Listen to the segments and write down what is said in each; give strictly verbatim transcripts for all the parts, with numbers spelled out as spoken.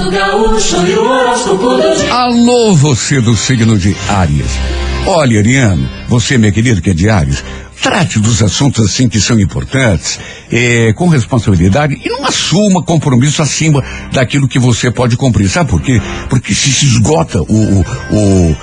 Renato Gaúcho e o horóscopo do dia. Alô, você do signo de Áries. Olha, Ariano, você, minha querida, que é de Áries, trate dos assuntos assim que são importantes, é, com responsabilidade e não assuma compromisso acima daquilo que você pode cumprir. Sabe por quê? Porque se, se esgota o, o, o,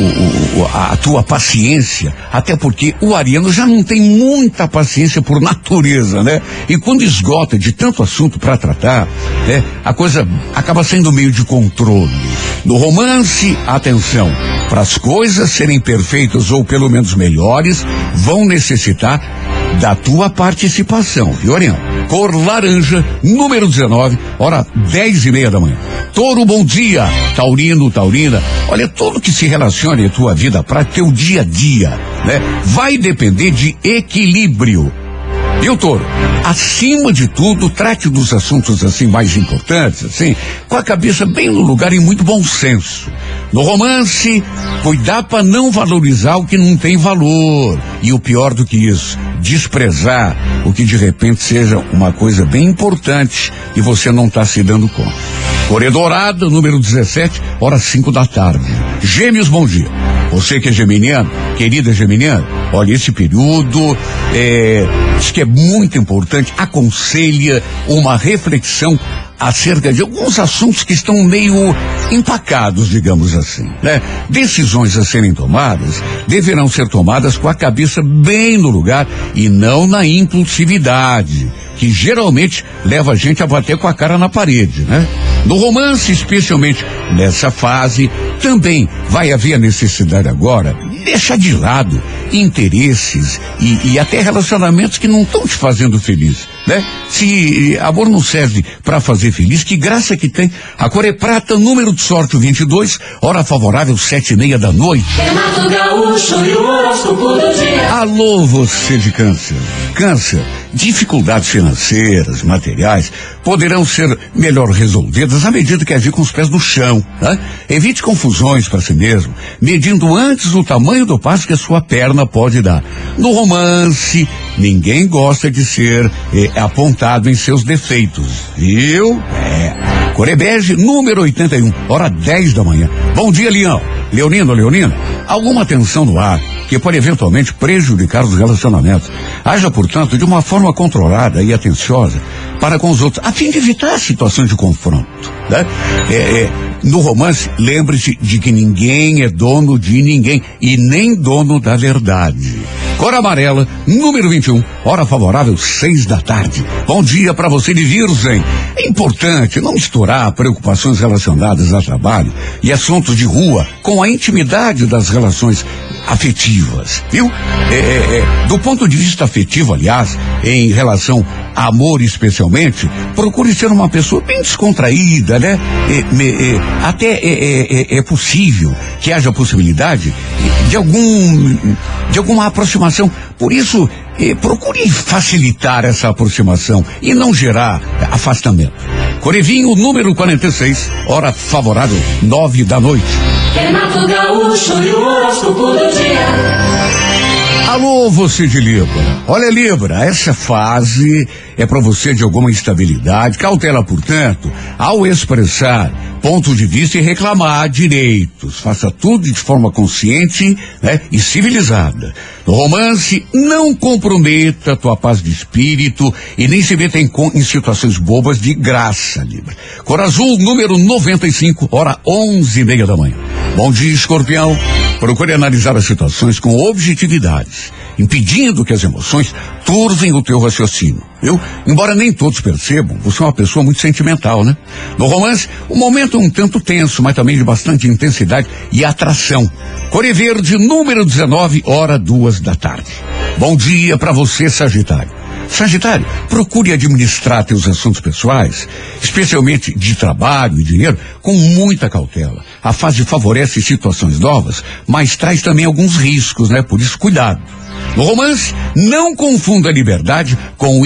o, o, a tua paciência, até porque o ariano já não tem muita paciência por natureza, né? E quando esgota de tanto assunto para tratar, né, a coisa acaba sendo meio de controle. No romance, atenção, para as coisas serem perfeitas ou pelo menos melhores, vão necessitar da tua participação, viu, Ariano? Cor laranja, número dezenove, hora dez e meia da manhã. Touro, bom dia. Taurino, taurina, olha, tudo que se relacione à tua vida para teu dia a dia, né? Vai depender de equilíbrio. Viu, Touro? Acima de tudo, trate dos assuntos assim mais importantes, assim, com a cabeça bem no lugar e muito bom senso. No romance, cuidar para não valorizar o que não tem valor. E o pior do que isso, desprezar o que de repente seja uma coisa bem importante e você não está se dando conta. Coré Dourada, número dezessete, hora cinco da tarde. Gêmeos, bom dia. Você que é geminiano, querida geminiana, olha, esse período é, diz que é muito importante, aconselha uma reflexão acerca de alguns assuntos que estão meio empacados, digamos assim, né? Decisões a serem tomadas deverão ser tomadas com a cabeça bem no lugar e não na impulsividade, que geralmente leva a gente a bater com a cara na parede, né? No romance, especialmente nessa fase, também vai haver a necessidade agora de deixar de lado interesses e, e até relacionamentos que não estão te fazendo feliz, né? Se amor não serve para fazer feliz, que graça que tem. A cor é prata, número de sorte vinte e dois, hora favorável sete e meia da noite. Renato Gaúcho e o horóscopo do dia. Alô, você de câncer. Câncer, dificuldades financeiras, materiais, poderão ser melhor resolvidas à medida que agir com os pés no chão, né? Evite confusões para si mesmo, medindo antes o tamanho do passo que a sua perna pode dar. No romance, ninguém gosta de ser eh, apontado em seus defeitos, viu? É. Corebege, número oitenta e um, hora dez da manhã. Bom dia, Leão. Leonino, Leonina, alguma tensão no ar que pode eventualmente prejudicar os relacionamentos. Haja, portanto, de uma forma controlada e atenciosa para com os outros, a fim de evitar situações de confronto, né? É, é, no romance, lembre-se de que ninguém é dono de ninguém e nem dono da verdade. Cor amarela, número vinte e um, hora favorável, seis da tarde. Bom dia para você de Virgem. É importante não misturar preocupações relacionadas a trabalho e assuntos de rua com a intimidade das relações afetivas, viu? É, é, é, do ponto de vista afetivo, aliás, em relação a amor especialmente, procure ser uma pessoa bem descontraída, né? É, me, é, até é, é, é possível que haja possibilidade de algum de alguma aproximação. Por isso, eh, procure facilitar essa aproximação e não gerar afastamento. Corevinho, número quarenta e seis, hora favorável, nove da noite. Renato Gaúcho e o horóscopo do dia. Alô, você de Libra. Olha, Libra, essa fase é para você de alguma instabilidade. Cautela, portanto, ao expressar ponto de vista e reclamar direitos. Faça tudo de forma consciente, né, e civilizada. No romance, não comprometa tua paz de espírito e nem se meta em, em situações bobas de graça, Libra. Cor azul, número noventa e cinco, hora onze e meia da manhã. Bom dia, Escorpião. Procure analisar as situações com objetividade, impedindo que as emoções turvem o teu raciocínio, viu? Embora nem todos percebam, você é uma pessoa muito sentimental, né? No romance, o momento é um tanto tenso, mas também de bastante intensidade e atração. Cor verde, número dezenove, hora duas da tarde. Bom dia para você, Sagitário. Sagitário, procure administrar teus assuntos pessoais, especialmente de trabalho e dinheiro, com muita cautela. A fase favorece situações novas, mas traz também alguns riscos, né? Por isso, cuidado. No romance, não confunda liberdade com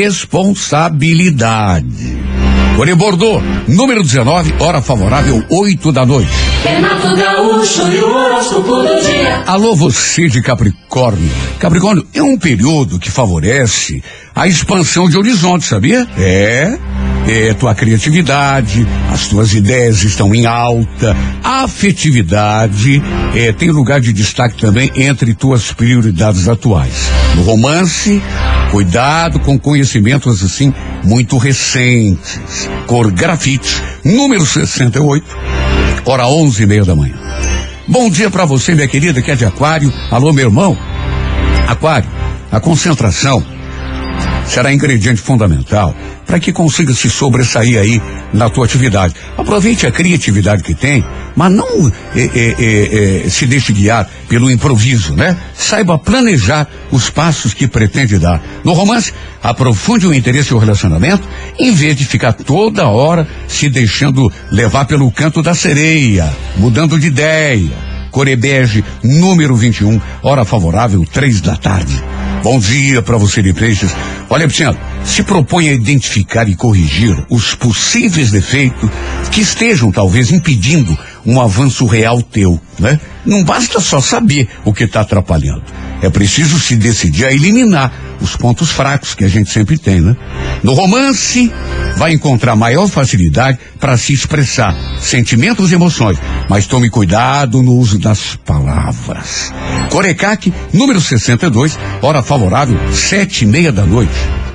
irresponsabilidade. Cor Bordeaux, número dezenove, hora favorável, oito da noite. Renato Gaúcho e o horóscopo do dia. Alô, você de Capricórnio. Capricórnio é um período que favorece a expansão de horizontes, sabia? É. é, tua criatividade, as tuas ideias estão em alta, a afetividade é, tem lugar de destaque também entre tuas prioridades atuais. No romance, cuidado com conhecimentos assim muito recentes. Cor grafite, número sessenta e oito, hora onze e meia da manhã. Bom dia pra você, minha querida, que é de Aquário. Alô, meu irmão. Aquário, a concentração será ingrediente fundamental para que consiga se sobressair aí na tua atividade. Aproveite a criatividade que tem, mas não é, é, é, é, se deixe guiar pelo improviso, né? Saiba planejar os passos que pretende dar. No romance, aprofunde o interesse e o relacionamento, em vez de ficar toda hora se deixando levar pelo canto da sereia, mudando de ideia. Corebege, número vinte e um, hora favorável, três da tarde. Bom dia para você de Peixes. Olha, Luciano, se propõe a identificar e corrigir os possíveis defeitos que estejam talvez impedindo um avanço real teu, né? Não basta só saber o que está atrapalhando. É preciso se decidir a eliminar os pontos fracos que a gente sempre tem, né? No romance, vai encontrar maior facilidade para se expressar sentimentos e emoções, mas tome cuidado no uso das palavras. Corecaque, número sessenta e dois, hora favorável, sete e meia da noite.